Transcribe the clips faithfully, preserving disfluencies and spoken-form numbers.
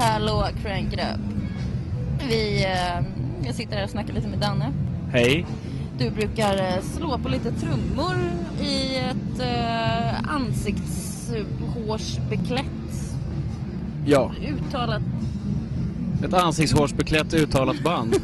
Hallå, crank it up. Vi, eh, jag sitter här och snackar lite med Danne. Hej. Du brukar eh, slå på lite trummor i ett eh, ansiktshårsbeklätt. Ja. Uttalat. Ett ansiktshårsbeklätt uttalat band.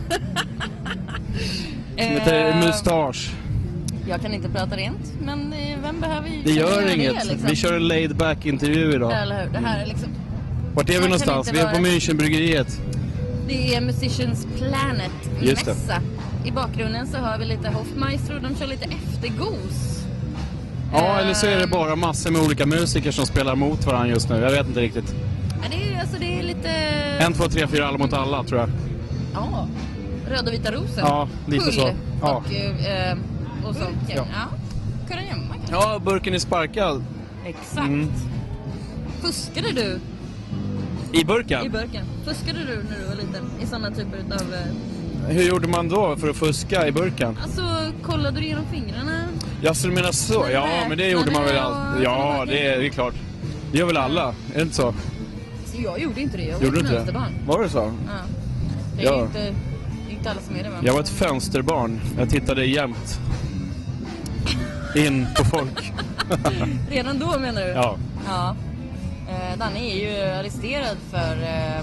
Som heter mustasch. Jag kan inte prata rent, men eh, vem behöver ju... Det gör göra inget. Det, liksom? Vi kör en laid back intervju idag. Eller hur? Det här är liksom... Vart är vi Man någonstans? kan Vi inte är på vara- Münchenbryggeriet. Det är Musicians Planet Just det. mässa. I bakgrunden så har vi lite Hofmeister. De kör lite eftergos. Ja, eller så är det Ehm, bara massor med olika musiker som spelar mot varandra just nu. Jag vet inte riktigt. Ja, det är, alltså, det är lite... En, två, tre, fyra, alla mot alla, tror jag. Ja, Röda och vita rosen. Ja, lite Pull så. Ja. Och, eh, och sånt. Ja. Ja. Ja. Kurragömma kanske. Ja, burken är sparkad. Exakt. Mm. Fuskade du I burken? i burken? Fuskade du när du var liten i sådana typer av... Eh, Hur gjorde man då för att fuska i burken? alltså, kollade du genom fingrarna? Ja, så du menar så? Men Ja, nej. men det gjorde Men man det väl var- alltid. Ja, det är, det är klart. Det gör väl alla, är det inte så? Så jag gjorde inte det. Jag var Gjorde du ett inte det? mönsterbarn. Var det så? Ja. Det är Ja. inte, inte alla som är det, va? Jag var ett fönsterbarn. Jag tittade jämt in på folk. Redan då menar du? Ja. Ja. Eh, Danne är ju arresterad för ehm,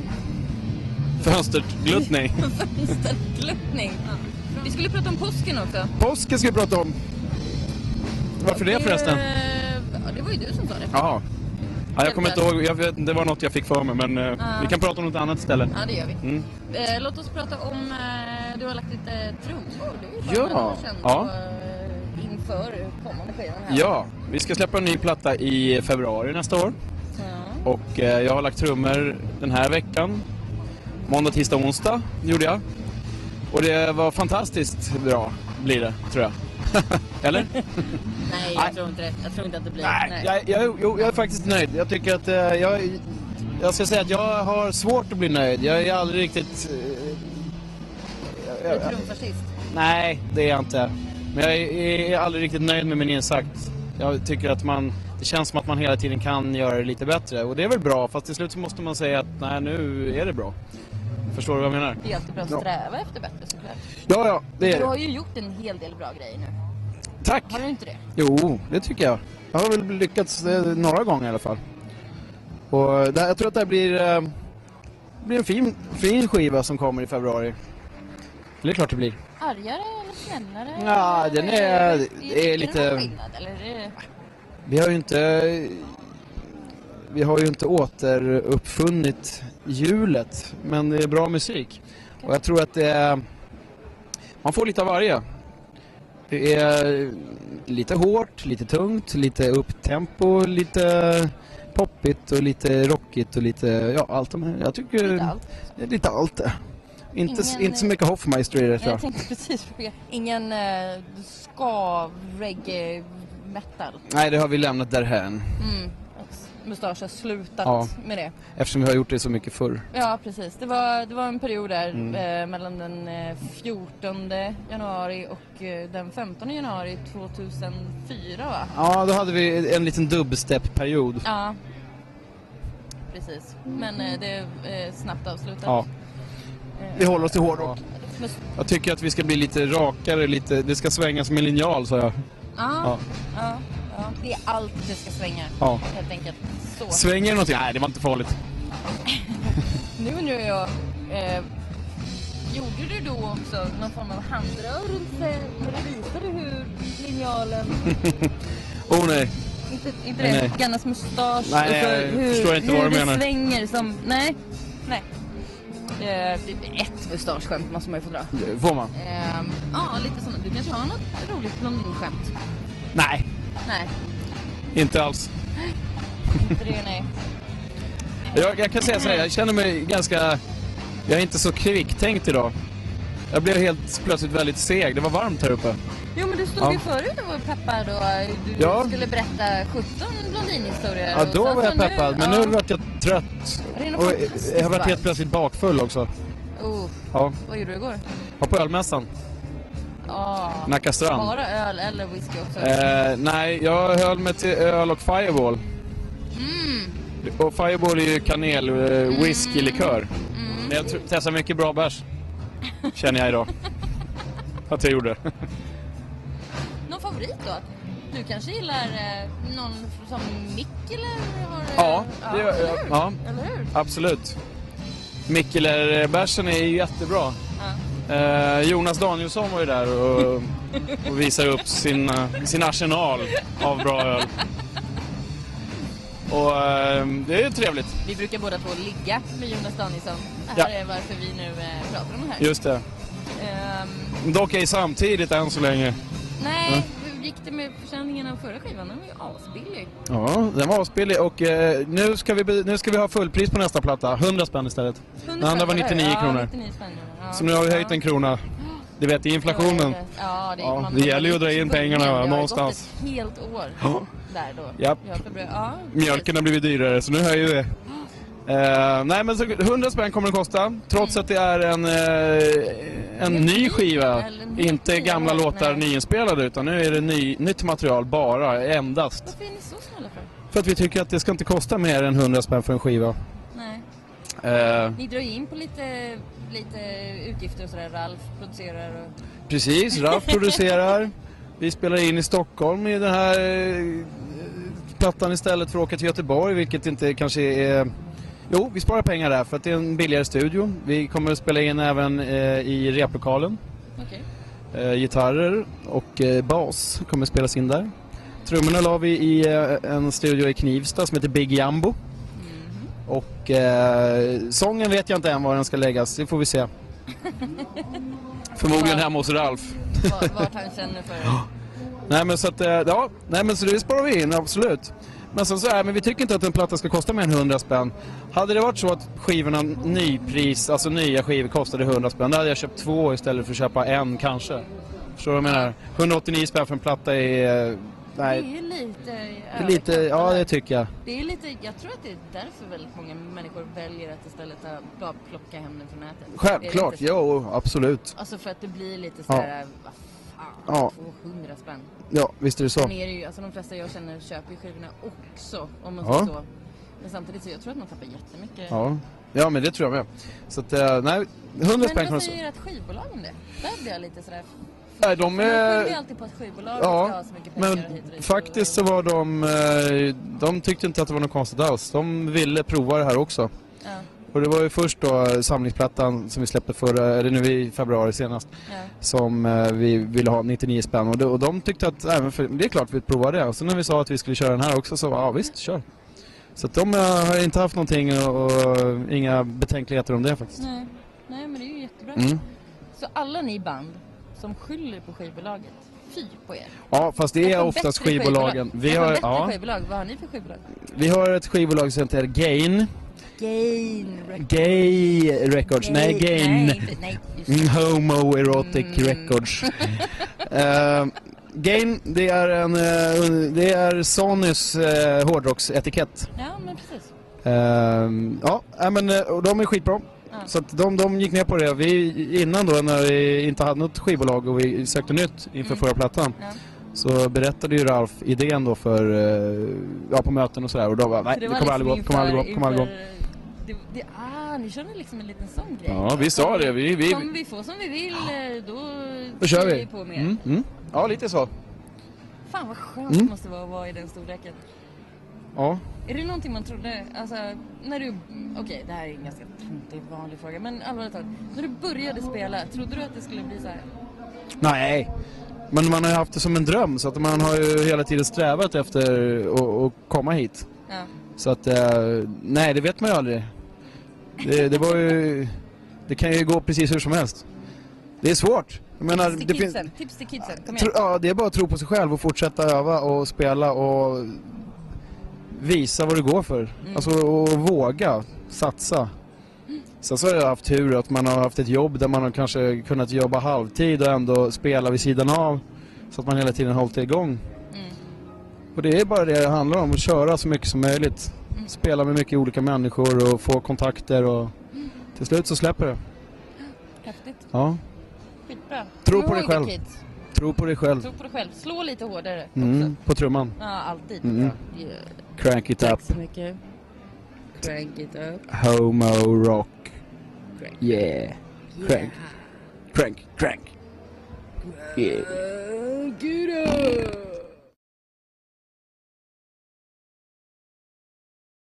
Fönstergluttning. fönstergluttning. Ja. Vi skulle prata om påsken också. Påsken ska vi prata om. Varför det förresten? Eh, ja, det var ju du som sa det. Jaha. Ja, jag kommer inte ihåg. Jag vet, det var något jag fick för mig. Men eh, Ja. vi kan prata om något annat ställe. Ja, det gör vi. Mm. Eh, låt oss prata om... Eh, du har lagt lite trummor. Det är ju Ja, bara några år sedan. ja. Och, eh, inför kommande skivan här. Ja, vi ska släppa en ny platta i februari nästa år. Ja. Och eh, jag har lagt trummor den här veckan. Måndag, tisdag, onsdag gjorde jag. Och det var fantastiskt bra, blir det, tror jag. Eller? Nej, jag Nej. tror inte det. Jag tror inte att det blir... Nej, jag, jag, jo, jag är faktiskt nöjd. Jag tycker att eh, jag, jag ska säga att jag har svårt att bli nöjd. Jag är aldrig riktigt... eh, Du jag, är jag, trumfascist. nej, det är jag inte. Men jag är, är aldrig riktigt nöjd med min insats. Jag tycker att man... Det känns som att man hela tiden kan göra det lite bättre. Och det är väl bra, fast till slut så måste man säga att nej, nu är det bra. Förstår du vad jag menar? Det är alltid bra att Ja. sträva efter bättre, såklart. Ja, ja, det är Du har det. ju gjort en hel del bra grejer nu. Tack! Har du inte det? Jo, det tycker jag. Jag har väl lyckats eh, några gånger i alla fall. Och det, jag tror att det här blir, eh, blir en fin, fin skiva som kommer i februari. Det är klart det blir. Argare eller snällare? Ja, den är- Eller- det är lite- det någon skillnad, eller är det... Vi har ju inte... Vi har ju inte återuppfunnit hjulet, men det är bra musik. Och jag tror att det är... Man får lite av varje. Det är lite hårt, lite tungt, lite upptempo, lite poppigt och lite rockigt och lite... Ja, allt de här. Jag tycker... Lite allt. Det är lite allt det. Inte, Ingen- inte så mycket Hofmeister i det, tror Jag jag. tänkte precis fråga. Ingen uh, ska reggae metal. Nej, det har vi lämnat därhän. Mm. Att Mustasch har slutat Ja. med det. Eftersom vi har gjort det så mycket förr. Ja, precis. Det var, det var en period där Mm. eh, mellan den eh, fjortonde januari och eh, den femtonde januari tvåtusenfyra, va? Ja, då hade vi en liten dubstep-period. Ja, precis. Men eh, det är eh, snabbt avslutat. Ja. Eh, Vi håller oss till hårdrock. men- Jag tycker att vi ska bli lite rakare, lite, det ska svängas med linjal, sa jag. Ja, Ja. ja, ja. Det är allt det ska svänga, Ja. helt enkelt. Så. Svänger det någonting? Nej, det var inte farligt. Nu undrar jag, eh, gjorde du då också någon form av handrörelse när du visade hur linjalen, Oh nej. inte, inte Nej, det, nej. Gannas mustasch, Nej, och så jag hur, förstår inte hur vad du det menar. svänger som, nej, nej. Eh, ett mustaschskämt måste man ju få dra. Det får man. Eh, ja, lite sådana. Du kanske har något roligt blondinskämt? Nej, Nej, inte alls. inte det, nej. Jag, jag kan säga så här, jag känner mig ganska... Jag är inte så kvicktänkt idag. Jag blev helt plötsligt väldigt seg. Det var varmt här uppe. Jo, men du stod Ja. ju förut och var peppad och du Ja. skulle berätta sjutton blondinhistorier. Ja, och då sen var jag så nu- peppad. Men ja. nu vart jag trött. Det är nog Och fantastiskt jag har varit helt varmt. plötsligt bakfull också. Oh, Ja, vad gjorde du igår? var på ölmässan. Ja. Nacka strand. Bara öl eller whisky också? Eh, nej, jag höll mig till öl och Fireball. Mm. Och Fireball är ju kanel, eh, whisky, likör. Mm. Men jag tr- testar mycket bra bärs. Känner jag idag. Att jag gjorde. Någon favorit då? Du kanske gillar eh, någon som Mikkeler? Har, eh, Ja, det gör eller jag. hur? Ja. Eller hur? Absolut. Mikkeler-bärsen är ju jättebra. Ja. Eh, Jonas Danielsson var ju där och, och visade upp sin, sin arsenal av bra öl. Och eh, det är ju trevligt. Vi brukar båda två ligga med Jonas Danielsson. Det här Ja. är varför vi nu eh, pratar om det här. Just det. Ehm, Dock ej samtidigt än så länge. nej, Ja. hur gick det med försäljningen av förra skivan? Den var ju asbillig. Ja, den var asbillig och eh, nu, ska vi, be- nu ska vi ha fullpris på nästa platta. hundra spänn istället. Den andra var nittionio ja, kronor. nittionio spänn, ja. Så nu har vi höjt en krona. Du vet, i inflationen. Ja, det, Ja, man, det gäller ju att dra in pengarna Det har någonstans. gått ett helt år Ja. där då. Japp. Ja, februari. Ja, Mjölken har blivit dyrare, så nu höjer vi. Uh, nej, men så hundra spänn kommer den kosta. Trots att det är en, uh, en ny skiva. Eller en helt Inte ny, gamla eller? låtar Nej. nyinspelade, utan nu är det ny, nytt material bara, endast. Varför är ni så snälla för? För att vi tycker att det ska inte kosta mer än hundra spänn för en skiva. Nej. Uh, Ni drar ju in på lite, lite utgifter och sådär. Ralf producerar och... precis, Ralf producerar. Vi spelar in i Stockholm i den här uh, plattan istället för att åka till Göteborg, vilket inte kanske är... Jo, vi sparar pengar där för att det är en billigare studio. Vi kommer att spela in även uh, i replokalen. Okej. Uh, gitarrer och uh, bas kommer att spelas in där. Trummorna la vi i uh, en studio i Knivsta som heter Big Jambo. Mhm. Och uh, sången vet jag inte än var den ska läggas, det får vi se. Förmodligen hemma hos Ralf. Vart, vart han känner för... Nej men så att, uh, ja, nej men så det sparar vi in, absolut. Men sen så är, men vi tycker inte att en platta ska kosta mer än hundra spänn. Hade det varit så att skivorna nypris, alltså nya skivor kostade hundra spänn, då hade jag köpt två istället för att köpa en kanske. Förstår du vad jag menar? hundraåttionio spänn för en platta är... uh, nej, Det är ju lite... det är lite, ja det tycker jag. Det är lite, jag tror att det är därför väldigt många människor väljer att istället ta, bara plocka hem den från nätet. Självklart, Det är lite så. jo, absolut. Alltså för att det blir lite sådär, vad fan, Ja. tvåhundra spänn. Ja, visst är det så. Sen är det ju, alltså de flesta jag känner köper ju skivorna också, om man Ja. säger så. Men samtidigt så jag tror att man tappar jättemycket. Ja, ja men det tror jag med. Så att, eh, nej, hundra Men spänn kommer vad så. säger ert skivbolag om det? Där blir jag lite sådär... Nej, de Man skyller ju är... alltid på att skivbolaget Ja, ska ha så mycket pengar men hit och dit. faktiskt så var de... eh, De tyckte inte att det var något konstigt alls. De ville prova det här också. Ja, Och det var ju först då samlingsplattan som vi släppte förra, eller nu i februari senast, ja. som eh, vi ville ha nittionio spänn. Och, det, och de tyckte att, även för, det är klart vi provar det. Och så när vi sa att vi skulle köra den här också så, ja visst, kör. Så att de eh, har inte haft någonting och, och inga betänkligheter om det faktiskt. Nej. Nej, men det är ju jättebra. Mm. Så alla ni band som skyller på skivbolaget, fy på er. Ja, fast det är Skaffa oftast bättre skivbolagen. skivbolag. Vi Skaffa har, bättre ja, skivbolag. Vad har ni för skivbolag? vi har ett skivbolag som heter Gain. Gain Records. Gay Records. Nej, Gain. Nej, inte- nej, just Mm, det. Homo Erotic Mm. Records. uh, Gain, det är, en, uh, det är Sonys uh, hårdrocksetikett. Ja, men precis. Uh, ja, äh, men uh, och de är skitbra. Ja. Så att de, de gick med på det. Vi, innan då när vi inte hade något skivbolag och vi sökte nytt inför Mm. förra plattan, Ja. så berättade ju Ralf idén då för, uh, ja, på möten och sådär. Och då var nej, Så det var kommer aldrig gå, liksom kommer aldrig gå, kommer aldrig gå. inför- Det, det, ah, ni körde liksom en liten sån grej. Ja, vi sa det. Vi, vi, Om vi får som vi vill, eh, då, då kör vi. på mer. Mm, mm. Ja, lite så. Fan vad skönt Mm. det måste vara att vara i den storleken. Ja. Är det någonting man trodde, alltså när du, okej det här är en ganska töntig vanlig fråga, men allvarligt talat, när du började spela, trodde du att det skulle bli så här? Nej, men man har ju haft det som en dröm, så att man har ju hela tiden strävat efter att, att komma hit. Ja. Så att, eh, nej, det vet man ju aldrig. Det, det var ju, det kan ju gå precis hur som helst. Det är svårt. Jag menar, Tips till det finns, kidsen, tips till kidsen, kom tro, igen. ja, det är bara att tro på sig själv och fortsätta öva och spela och visa vad det går för. Mm. Alltså, och våga satsa. Sen så har jag haft tur att man har haft ett jobb där man har kanske kunnat jobba halvtid och ändå spela vid sidan av, så att man hela tiden hållit det igång. Mm. Och det är bara det det handlar om, att köra så mycket som möjligt. Mm. Spela med mycket olika människor och få kontakter och till slut så släpper det. Häftigt, Ja, skitbra. Tro Kom på dig ihåg det, själv. kids. tro på dig själv. Tro på dig själv, slå lite hårdare också. Mm, på trumman. Ja, alltid. Mm. Ja. Crank it Tack up. så mycket. Crank it up. Homo rock. Crank. Yeah. Crank. Crank. Crank. Yeah. Yeah.